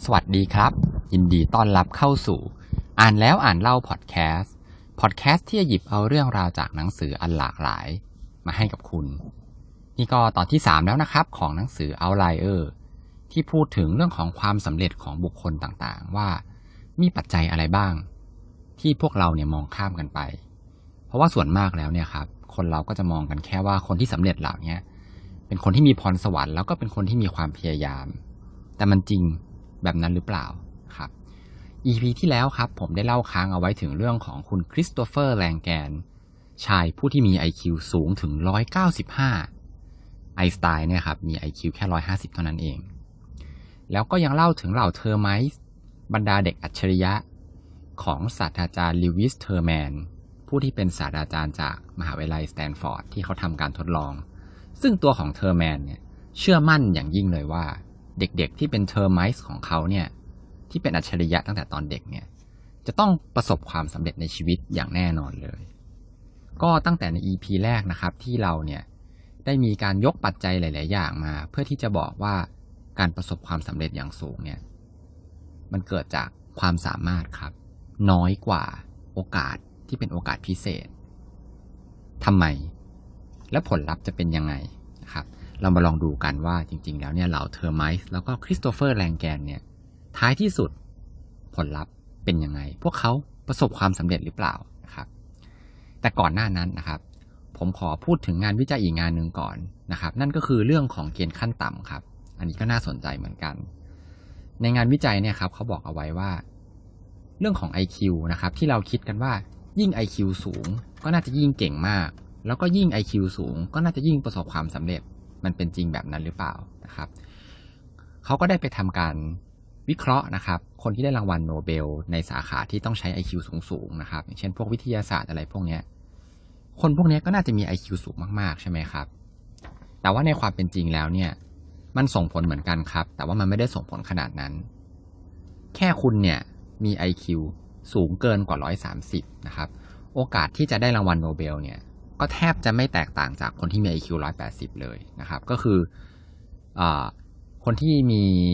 วัสดีครับยินดีต้อนรับเข้าสู่อ่านแล้วอ่านเล่าพอดแคสต์ที่จะหยิบเอาเรื่องราวจากหนังสืออันหลากหลายมาให้กับคุณนี่ก็ตอนที่3แล้วนะครับของหนังสือ Outlier ที่พูดถึงเรื่องของความสำเร็จของบุคคลต่างๆว่ามีปัจจัยอะไรบ้างที่พวกเราเนี่ยมองข้ามกันไปเพราะว่าส่วนมากแล้วเนี่ยครับคนเราก็จะมองกันแค่ว่าคนที่สำเร็จเหล่านี้เป็นคนที่มีพรสวรรค์แล้วก็เป็นคนที่มีความพยายามแต่มันจริงแบบนั้นหรือเปล่าครับ EP ที่แล้วครับผมได้เล่าค้างเอาไว้ถึงเรื่องของคุณคริสโตเฟอร์แลงแกนชายผู้ที่มี IQ สูงถึง195ไอน์สไตน์เนี่ยครับมี IQ แค่150เท่านั้นเองแล้วก็ยังเล่าถึงเหล่าเทอร์ไมส์บรรดาเด็กอัจฉริยะของศาสตราจารย์ลิวิสเทอร์แมนผู้ที่เป็นศาสตราจารย์จากมหาวิทยาลัยสแตนฟอร์ดที่เขาทำการทดลองซึ่งตัวของเทอร์แมนเนี่ยเชื่อมั่นอย่างยิ่งเลยว่าเด็กๆที่เป็นเทอร์ไมส์ของเขาเนี่ยที่เป็นอัจฉริยะตั้งแต่ตอนเด็กเนี่ยจะต้องประสบความสำเร็จในชีวิตอย่างแน่นอนเลยก็ตั้งแต่ใน EP แรกนะครับที่เราเนี่ยได้มีการยกปัจจัยหลายๆอย่างมาเพื่อที่จะบอกว่าการประสบความสำเร็จอย่างสูงเนี่ยมันเกิดจากความสามารถครับน้อยกว่าโอกาสที่เป็นโอกาสพิเศษทำไมและผลลัพธ์จะเป็นยังไงนะครับเรามาลองดูกันว่าจริงๆแล้วเนี่ยเหล่าเทอร์ไมส์แล้วก็คริสโตเฟอร์แลงแกนเนี่ยท้ายที่สุดผลลัพธ์เป็นยังไงพวกเขาประสบความสำเร็จหรือเปล่านะครับแต่ก่อนหน้านั้นนะครับผมขอพูดถึงงานวิจัยอีกงานหนึ่งก่อนนะครับนั่นก็คือเรื่องของเกณฑ์ขั้นต่ำครับอันนี้ก็น่าสนใจเหมือนกันในงานวิจัยเนี่ยครับเขาบอกเอาไว้ว่าเรื่องของ IQ นะครับที่เราคิดกันว่ายิ่ง IQ สูงก็น่าจะยิ่งเก่งมากแล้วก็ยิ่ง IQ สูงก็น่าจะยิ่งประสบความสำเร็จมันเป็นจริงแบบนั้นหรือเปล่านะครับเขาก็ได้ไปทำการวิเคราะห์นะครับคนที่ได้รางวัลโนเบลในสาขาที่ต้องใช้ IQ สูงๆนะครับอย่างเช่นพวกวิทยาศาสตร์อะไรพวกนี้คนพวกนี้ก็น่าจะมี IQ สูงมากๆใช่ไหมครับแต่ว่าในความเป็นจริงแล้วเนี่ยมันส่งผลเหมือนกันครับแต่ว่ามันไม่ได้ส่งผลขนาดนั้นแค่คุณเนี่ยมี IQ สูงเกินกว่า130นะครับโอกาสที่จะได้รางวัลโนเบลเนี่ยก็แทบจะไม่แตกต่างจากคนที่มี IQ 180เลยนะครับก็คือคนที่มี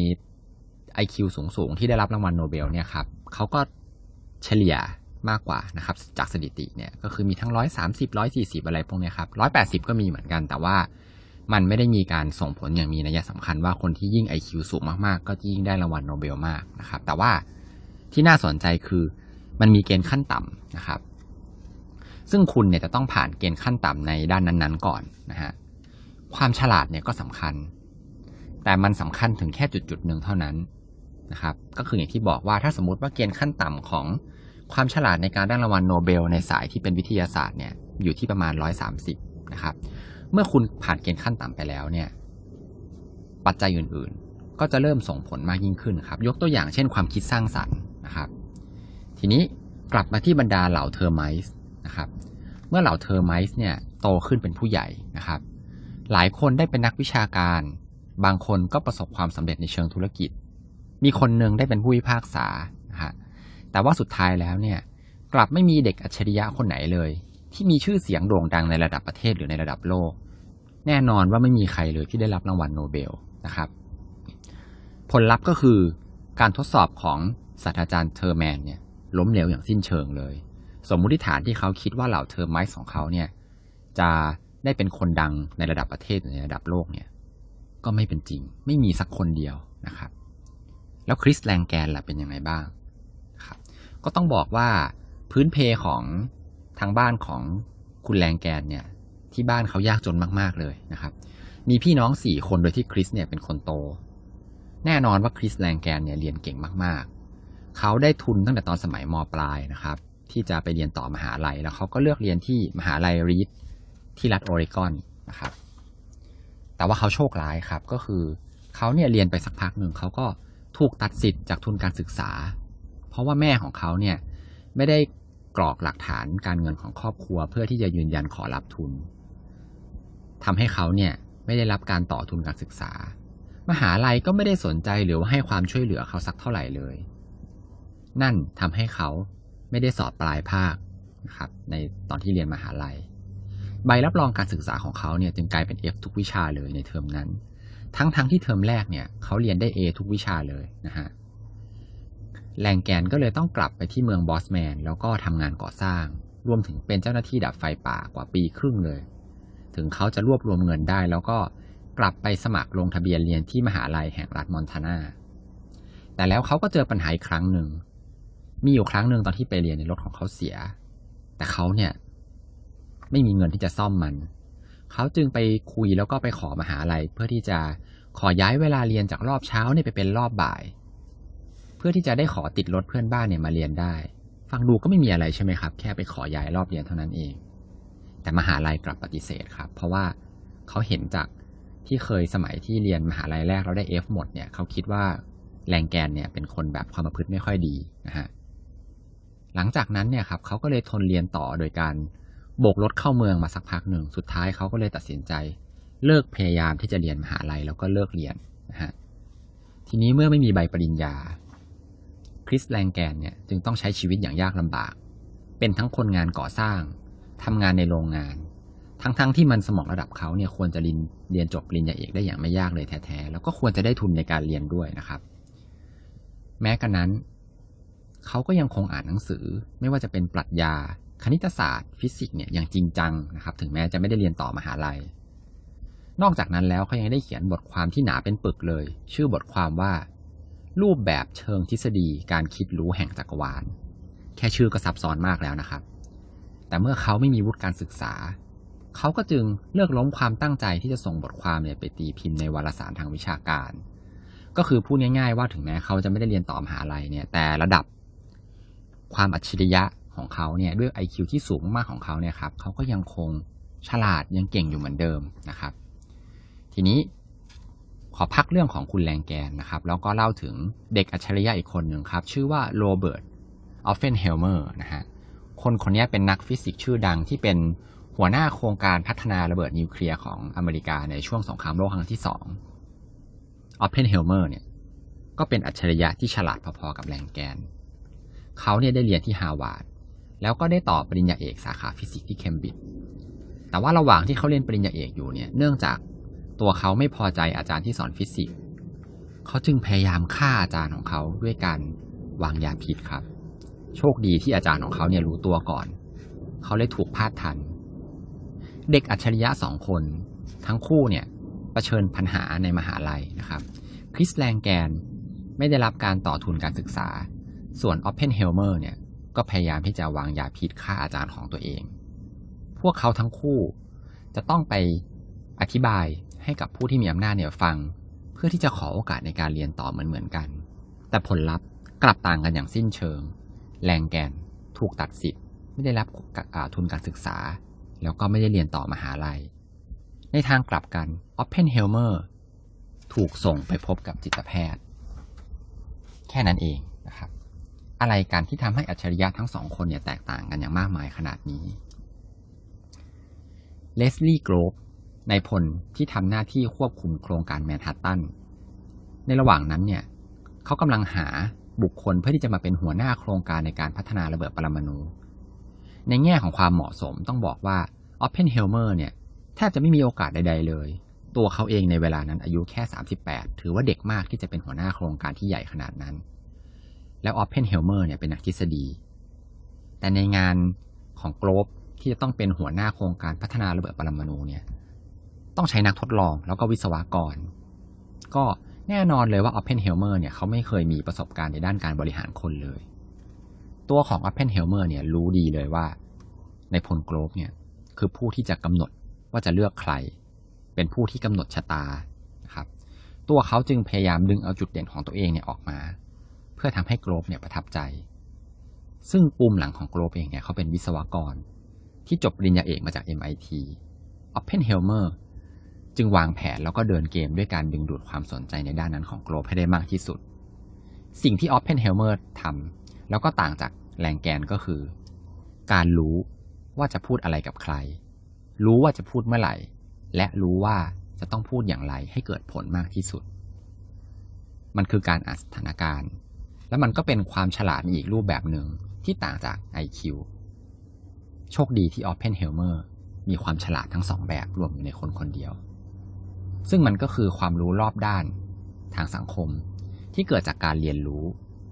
IQ สูงๆที่ได้รับรางวัลโนเบลเนี่ยครับเขาก็เฉลี่ยมากกว่านะครับจากสถิติเนี่ยก็คือมีทั้ง130 140อะไรพวกนี้ครับ180ก็มีเหมือนกันแต่ว่ามันไม่ได้มีการส่งผลอย่างมีนัยสำคัญว่าคนที่ยิ่ง IQ สูงมากๆก็ยิ่งได้รางวัลโนเบลมากนะครับแต่ว่าที่น่าสนใจคือมันมีเกณฑ์ขั้นต่ำนะครับซึ่งคุณเนี่ยจะต้องผ่านเกณฑ์ขั้นต่ำในด้านนั้นๆก่อนนะฮะความฉลาดเนี่ยก็สำคัญแต่มันสำคัญถึงแค่จุดๆหนึ่งเท่านั้นนะครับก็คืออย่างที่บอกว่าถ้าสมมติว่าเกณฑ์ขั้นต่ำของความฉลาดในการได้รางวัลโนเบลในสายที่เป็นวิทยาศาสตร์เนี่ยอยู่ที่ประมาณ130นะครับเมื่อคุณผ่านเกณฑ์ขั้นต่ำไปแล้วเนี่ยปัจจัยอื่นๆก็จะเริ่มส่งผลมากยิ่งขึ้นครับยกตัวอย่างเช่นความคิดสร้างสรรค์นะครับทีนี้กลับมาที่บรรดาเหล่าเทอร์ไมส์นะครับเมื่อเหล่าเทอร์ไมส์เนี่ยโตขึ้นเป็นผู้ใหญ่นะครับหลายคนได้เป็นนักวิชาการบางคนก็ประสบความสำเร็จในเชิงธุรกิจมีคนหนึ่งได้เป็นผู้พิพากษานะฮะแต่ว่าสุดท้ายแล้วเนี่ยกลับไม่มีเด็กอัจฉริยะคนไหนเลยที่มีชื่อเสียงโด่งดังในระดับประเทศหรือในระดับโลกแน่นอนว่าไม่มีใครเลยที่ได้รับรางวัลโนเบลนะครับผลลัพธ์ก็คือการทดสอบของศาสตราจารย์เทอร์แมนเนี่ยล้มเหลวอย่างสิ้นเชิงเลยสมมุติฐานที่เขาคิดว่าเหล่าเทอร์ไมส์ของเขาเนี่ยจะได้เป็นคนดังในระดับประเทศหรือในระดับโลกเนี่ยก็ไม่เป็นจริงไม่มีสักคนเดียวนะครับแล้วคริสแลงแกนล่ะเป็นยังไงบ้างครับก็ต้องบอกว่าพื้นเพของทางบ้านของคุณแลงแกนเนี่ยที่บ้านเขายากจนมากๆเลยนะครับมีพี่น้อง4คนโดยที่คริสเนี่ยเป็นคนโตแน่นอนว่าคริสแลงแกนเนี่ยเรียนเก่งมากๆเขาได้ทุนตั้งแต่ตอนสมัยม.ปลายนะครับที่จะไปเรียนต่อมหาลัยแล้วเขาก็เลือกเรียนที่มหาลัยรีดที่รัฐโอเรกอนนะครับแต่ว่าเขาโชคร้ายครับก็คือเขาเนี่ยเรียนไปสักพักหนึ่งเขาก็ถูกตัดสิทธิ์จากทุนการศึกษาเพราะว่าแม่ของเขาเนี่ยไม่ได้กรอกหลักฐานการเงินของครอบครัวเพื่อที่จะยืนยันขอรับทุนทำให้เขาเนี่ยไม่ได้รับการต่อทุนการศึกษามหาลัยก็ไม่ได้สนใจหรือว่าให้ความช่วยเหลือเขาสักเท่าไหร่เลยนั่นทำให้เขาไม่ได้สอบปลายภาคนะครับในตอนที่เรียนมหาลัยใบรับรองการศึกษาของเขาเนี่ยจึงกลายเป็น F ทุกวิชาเลยในเทอมนั้นทั้งที่เทอมแรกเนี่ยเขาเรียนได้ A ทุกวิชาเลยนะฮะแลงแกนก็เลยต้องกลับไปที่เมืองบอสแมนแล้วก็ทำงานก่อสร้างรวมถึงเป็นเจ้าหน้าที่ดับไฟป่ากว่าปีครึ่งเลยถึงเขาจะรวบรวมเงินได้แล้วก็กลับไปสมัครลงทะเบียนเรียนที่มหาลัยแห่งรัฐมอนทานาแต่แล้วเขาก็เจอปัญหาอีกครั้งหนึ่งมีอยู่ครั้งหนึ่งตอนที่ไปเรียนในรถของเขาเสียแต่เขาเนี่ยไม่มีเงินที่จะซ่อมมันเขาจึงไปคุยแล้วก็ไปขอมหาลัยเพื่อที่จะขอย้ายเวลาเรียนจากรอบเช้าเนี่ยไปเป็นรอบบ่ายเพื่อที่จะได้ขอติดรถเพื่อนบ้านเนี่ยมาเรียนได้ฟังดูก็ไม่มีอะไรใช่ไหมครับแค่ไปขอย้ายรอบเรียนเท่านั้นเองแต่มหาลัยกลับปฏิเสธครับเพราะว่าเขาเห็นจากที่เคยสมัยที่เรียนมหาลัยแรกเราได้ F หมดเนี่ยเขาคิดว่าแลงแกนเนี่ยเป็นคนแบบความประพฤติไม่ค่อยดีนะฮะหลังจากนั้นเนี่ยครับเขาก็เลยทนเรียนต่อโดยการโบกรถเข้าเมืองมาสักพักหนึ่งสุดท้ายเขาก็เลยตัดสินใจเลิกพยายามที่จะเรียนมหาลัยแล้วก็เลิกเรียนนะฮะทีนี้เมื่อไม่มีใบปริญญาคริสแลงแกนเนี่ยจึงต้องใช้ชีวิตอย่างยากลำบากเป็นทั้งคนงานก่อสร้างทำงานในโรงงานทั้งที่มันสมองระดับเขาเนี่ยควรจะเรียนจบปริญญาเอกได้อย่างไม่ยากเลยแท้ๆแล้วก็ควรจะได้ทุนในการเรียนด้วยนะครับแม้กระนั้นเขาก็ยังคงอ่านหนังสือไม่ว่าจะเป็นปรัชญาคณิตศาสตร์ฟิสิกส์เนี่ยอย่างจริงจังนะครับถึงแม้จะไม่ได้เรียนต่อมหาลัยนอกจากนั้นแล้วเขายังได้เขียนบทความที่หนาเป็นปึกเลยชื่อบทความว่ารูปแบบเชิงทฤษฎีการคิดรู้แห่งจักรวาลแค่ชื่อก็ซับซ้อนมากแล้วนะครับแต่เมื่อเขาไม่มีวุฒิการศึกษาเขาก็จึงเลิกล้มความตั้งใจที่จะส่งบทความเนี่ยไปตีพิมพ์ในวารสารทางวิชาการก็คือพูดง่ายๆว่าถึงแม้เขาจะไม่ได้เรียนต่อมหาลัยเนี่ยแต่ระดับความอัจฉริยะของเขาเนี่ยด้วย IQ ที่สูงมากๆของเขาเนี่ยครับเขาก็ยังคงฉลาดยังเก่งอยู่เหมือนเดิมนะครับทีนี้ขอพักเรื่องของคุณแลงแกนนะครับแล้วก็เล่าถึงเด็กอัจฉริยะอีกคนหนึ่งครับชื่อว่าโรเบิร์ตออฟเฟนเฮลเมอร์นะฮะคนนี้เป็นนักฟิสิกส์ชื่อดังที่เป็นหัวหน้าโครงการพัฒนาระเบิดนิวเคลียร์ของอเมริกาในช่วงสงครามโลกครั้งที่2ออฟเพนเฮลเมอร์เนี่ยก็เป็นอัจฉริยะที่ฉลาดพอๆกับแลงแกนเขาเนี่ยได้เรียนที่ฮาร์วาร์ดแล้วก็ได้ต่อปริญญาเอกสาขาฟิสิกส์ที่เคมบริดจ์แต่ว่าระหว่างที่เขาเรียนปริญญาเอกอยู่เนี่ยเนื่องจากตัวเขาไม่พอใจอาจารย์ที่สอนฟิสิกส์เขาจึงพยายามฆ่าอาจารย์ของเขาด้วยการวางยาพิษครับโชคดีที่อาจารย์ของเขาเนี่ยรู้ตัวก่อนเขาเลยถูกพาดทันเด็กอัจฉริยะ2คนทั้งคู่เนี่ยเผชิญปัญหาในมหาลัยนะครับคริสแลงแกนไม่ได้รับการต่อทุนการศึกษาส่วนออฟเพนเฮลเมอร์เนี่ยก็พยายามที่จะวางยาพิษฆ่าอาจารย์ของตัวเองพวกเขาทั้งคู่จะต้องไปอธิบายให้กับผู้ที่มีอำนาจเนี่ยฟังเพื่อที่จะขอโอกาสในการเรียนต่อเหมือนกันแต่ผลลัพธ์กลับต่างกันอย่างสิ้นเชิงแลงแกนถูกตัดสิทธิ์ไม่ได้รับทุนการศึกษาแล้วก็ไม่ได้เรียนต่อมหาลัยในทางกลับกันออฟเพนเฮลเมอร์ถูกส่งไปพบกับจิตแพทย์แค่นั้นเองนะครับอะไรกันที่ทำให้อัจฉริยะทั้ง2คนเนี่ยแตกต่างกันอย่างมากมายขนาดนี้เลสลีย์ โกรฟนายพลที่ทำหน้าที่ควบคุมโครงการแมนฮัตตันในระหว่างนั้นเนี่ยเขากำลังหาบุคคลเพื่อที่จะมาเป็นหัวหน้าโครงการในการพัฒนาระเบิดปรมาณูในแง่ของความเหมาะสมต้องบอกว่าออฟเพนเฮลเมอร์เนี่ยแทบจะไม่มีโอกาสใดๆเลยตัวเขาเองในเวลานั้นอายุแค่38ถือว่าเด็กมากที่จะเป็นหัวหน้าโครงการที่ใหญ่ขนาดนั้นแล้วออฟเพนเฮลเมอร์เนี่ยเป็นนักทฤษฎีแต่ในงานของโกลบที่จะต้องเป็นหัวหน้าโครงการพัฒนาระเบิดปรมาณูเนี่ยต้องใช้นักทดลองแล้วก็วิศวกรก็แน่นอนเลยว่าออฟเพนเฮลเมอร์เนี่ยเขาไม่เคยมีประสบการณ์ในด้านการบริหารคนเลยตัวของออฟเพนเฮลเมอร์เนี่ยรู้ดีเลยว่าในพลโกลบเนี่ยคือผู้ที่จะกำหนดว่าจะเลือกใครเป็นผู้ที่กำหนดชะตานะครับตัวเขาจึงพยายามดึงเอาจุดเด่นของตัวเองเนี่ยออกมาเพื่อทำให้โกลบเนี่ยประทับใจซึ่งปุ่มหลังของโกลบเองเนี่ยเขาเป็นวิศวกรที่จบปริญญาเอกมาจาก MIT ออฟเพนเฮลเมอร์จึงวางแผนแล้วก็เดินเกมด้วยการดึงดูดความสนใจในด้านนั้นของโกลบให้ได้มากที่สุดสิ่งที่ออฟเพนเฮลเมอร์ทำแล้วก็ต่างจากแลงแกนก็คือการรู้ว่าจะพูดอะไรกับใครรู้ว่าจะพูดเมื่อไหร่และรู้ว่าจะต้องพูดอย่างไรให้เกิดผลมากที่สุดมันคือการอ่านสถานการณ์และมันก็เป็นความฉลาดในอีกรูปแบบหนึ่งที่ต่างจาก IQ โชคดีที่ออฟเพนเฮลเมอร์มีความฉลาดทั้ง2แบบรวมอยู่ในคนคนเดียวซึ่งมันก็คือความรู้รอบด้านทางสังคมที่เกิดจากการเรียนรู้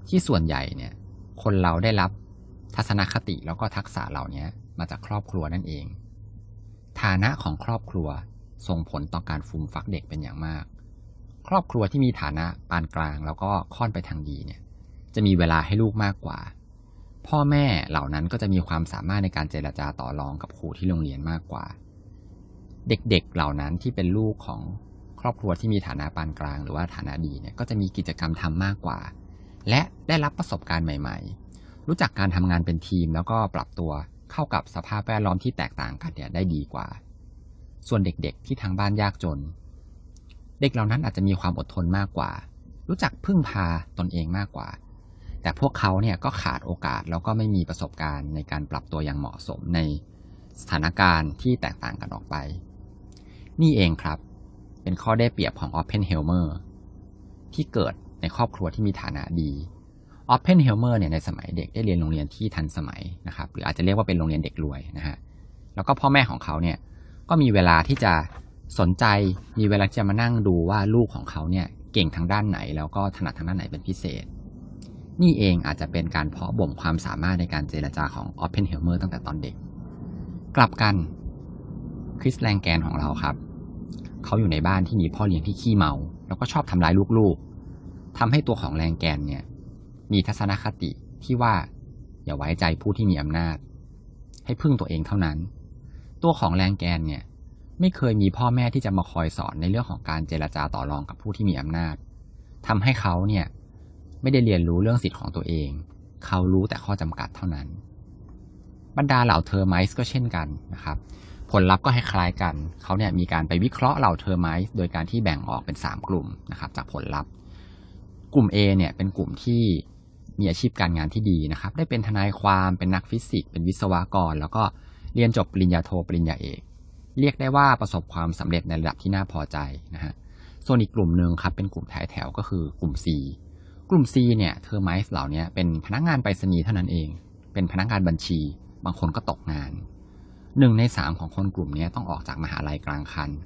ที่ส่วนใหญ่เนี่ยคนเราได้รับทัศนคติแล้วก็ทักษะเหล่านี้มาจากครอบครัวนั่นเองฐานะของครอบครัวส่งผลต่อการฟูมฟักเด็กเป็นอย่างมากครอบครัวที่มีฐานะปานกลางแล้วก็ค่อนไปทางดีเนี่ยจะมีเวลาให้ลูกมากกว่าพ่อแม่เหล่านั้นก็จะมีความสามารถในการเจรจาต่อรองกับครูที่โรงเรียนมากกว่าเด็กๆเหล่านั้นที่เป็นลูกของครอบครัวที่มีฐานะปานกลางหรือว่าฐานะดีเนี่ยก็จะมีกิจกรรมทำมากกว่าและได้รับประสบการณ์ใหม่ๆรู้จักการทำงานเป็นทีมแล้วก็ปรับตัวเข้ากับสภาพแวดล้อมที่แตกต่างกันเนี่ยได้ดีกว่าส่วนเด็กๆที่ทางบ้านยากจนเด็กเหล่านั้นอาจจะมีความอดทนมากกว่ารู้จักพึ่งพาตนเองมากกว่าแต่พวกเขาเนี่ยก็ขาดโอกาสแล้วก็ไม่มีประสบการณ์ในการปรับตัวอย่างเหมาะสมในสถานการณ์ที่แตกต่างกันออกไปนี่เองครับเป็นข้อได้เปรียบของออปเพนเฮลเมอร์ที่เกิดในครอบครัวที่มีฐานะดีออปเพนเฮลเมอร์เนี่ยในสมัยเด็กได้เรียนโรงเรียนที่ทันสมัยนะครับหรืออาจจะเรียกว่าเป็นโรงเรียนเด็กรวยนะฮะแล้วก็พ่อแม่ของเขาเนี่ยก็มีเวลาที่จะสนใจมีเวลาที่จะมานั่งดูว่าลูกของเขาเนี่ยเก่งทางด้านไหนแล้วก็ถนัดทางด้านไหนเป็นพิเศษนี่เองอาจจะเป็นการเพาะบ่มความสามารถในการเจรจาของออปเพนเฮลเมอร์ตั้งแต่ตอนเด็กกลับกันคริสแลงแกนของเราครับเขาอยู่ในบ้านที่มีพ่อเลี้ยงที่ขี้เมาแล้วก็ชอบทำร้ายลูกๆทำให้ตัวของแลงแกนเนี่ยมีทัศนคติที่ว่าอย่าไว้ใจผู้ที่มีอำนาจให้พึ่งตัวเองเท่านั้นตัวของแลงแกนเนี่ยไม่เคยมีพ่อแม่ที่จะมาคอยสอนในเรื่องของการเจรจาต่อรองกับผู้ที่มีอำนาจทำให้เขาเนี่ยไม่ได้เรียนรู้เรื่องสิทธิ์ของตัวเองเขารู้แต่ข้อจำกัดเท่านั้นบรรดาเหล่าเทอร์ไมส์ก็เช่นกันนะครับผลลัพธ์ก็คล้ายๆกันเขาเนี่ยมีการไปวิเคราะห์เหล่าเทอร์ไมส์โดยการที่แบ่งออกเป็น3กลุ่มนะครับจากผลลัพธ์กลุ่ม A เนี่ยเป็นกลุ่มที่มีอาชีพการงานที่ดีนะครับได้เป็นทนายความเป็นนักฟิสิกส์เป็นวิศวกรแล้วก็เรียนจบปริญญาโทปริญญาเอกเรียกได้ว่าประสบความสำเร็จในระดับที่น่าพอใจนะฮะส่วนอีกกลุ่มนึงครับเป็นกลุ่มท้ายแถวก็คือกลุ่ม C กลุ่ม C เนี่ยเทอร์ไมส์เหล่านี้เป็นพนักงานไปรษณีย์เท่านั้นเองเป็นพนักงานบัญชีบางคนก็ตกงาน1 ใน 3ของคนกลุ่มนี้ต้องออกจากมหาลัยกลางคัน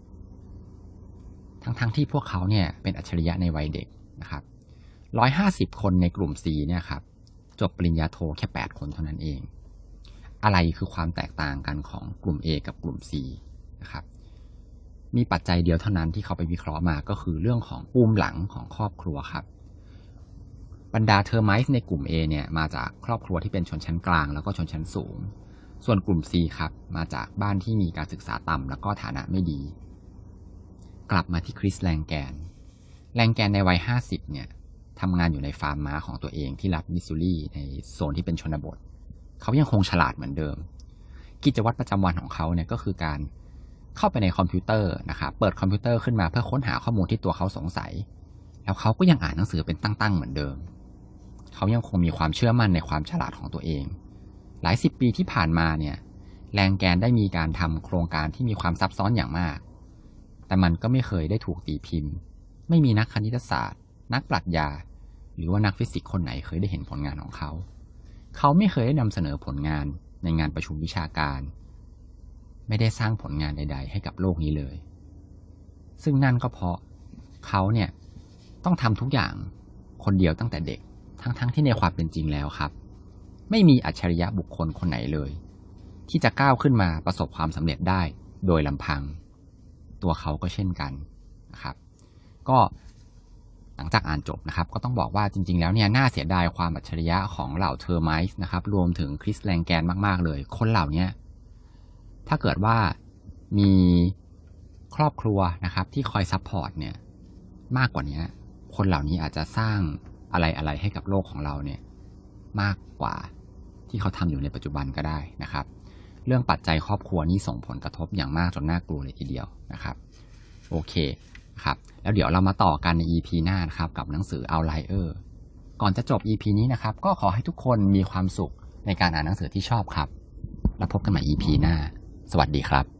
ทั้งที่พวกเขาเนี่ยเป็นอัจฉริยะในวัยเด็กนะครับ150 คนในกลุ่ม C เนี่ยครับจบปริญญาโทแค่8 คนเท่านั้นเองอะไรคือความแตกต่างกันของกลุ่ม A กับกลุ่ม C นะครับมีปัจจัยเดียวเท่านั้นที่เขาไปวิเคราะห์มาก็คือเรื่องของภูมิหลังของครอบครัวครับบรรดาเทอร์ไมส์ในกลุ่ม A เนี่ยมาจากครอบครัวที่เป็นชนชั้นกลางแล้วก็ชนชั้นสูงส่วนกลุ่ม C ครับมาจากบ้านที่มีการศึกษาต่ำแล้วก็ฐานะไม่ดีกลับมาที่คริสแลงแกนในวัย50เนี่ยทำงานอยู่ในฟาร์มม้าของตัวเองที่รัฐมิสซูรีในโซนที่เป็นชนบทเขายังคงฉลาดเหมือนเดิมกิจวัตรประจำวันของเขาเนี่ยก็คือการเข้าไปในคอมพิวเตอร์นะครับเปิดคอมพิวเตอร์ขึ้นมาเพื่อค้นหาข้อมูลที่ตัวเขาสงสัยแล้วเขาก็ยังอ่านหนังสือเป็นตั้งๆเหมือนเดิมเขายังคงมีความเชื่อมั่นในความฉลาดของตัวเองหลาย10 ปีที่ผ่านมาเนี่ยแลงแกนได้มีการทำโครงการที่มีความซับซ้อนอย่างมากแต่มันก็ไม่เคยได้ถูกตีพิมพ์ไม่มีนักคณิตศาสตร์นักปรัชญาหรือว่านักฟิสิกส์คนไหนเคยได้เห็นผลงานของเขาไม่เคยได้นำเสนอผลงานในงานประชุมวิชาการไม่ได้สร้างผลงานใดๆให้กับโลกนี้เลยซึ่งนั่นก็เพราะเขาเนี่ยต้องทำทุกอย่างคนเดียวตั้งแต่เด็กทั้งที่ในความเป็นจริงแล้วครับไม่มีอัจฉริยะบุคคลคนไหนเลยที่จะก้าวขึ้นมาประสบความสำเร็จได้โดยลำพังตัวเขาก็เช่นกันนะครับก็หลังจากอ่านจบนะครับก็ต้องบอกว่าจริงๆแล้วเนี่ยน่าเสียดายความอัจฉริยะของเหล่าเทอร์ไมส์นะครับรวมถึงคริสแลงแกนมากๆเลยคนเหล่านี้ถ้าเกิดว่ามีครอบครัวนะครับที่คอยซัพพอร์ตเนี่ยมากกว่านี้คนเหล่านี้อาจจะสร้างอะไรให้กับโลกของเราเนี่ยมากกว่าที่เขาทำอยู่ในปัจจุบันก็ได้นะครับเรื่องปัจจัยครอบครัวนี้ส่งผลกระทบอย่างมากจนน่ากลัวเลยทีเดียวนะครับโอเคครับแล้วเดี๋ยวเรามาต่อกันใน EP หน้านะครับกับหนังสือ Outlier ก่อนจะจบ EP นี้นะครับก็ขอให้ทุกคนมีความสุขในการอ่านหนังสือที่ชอบครับแล้วพบกันใหม่ EP หน้าสวัสดีครับ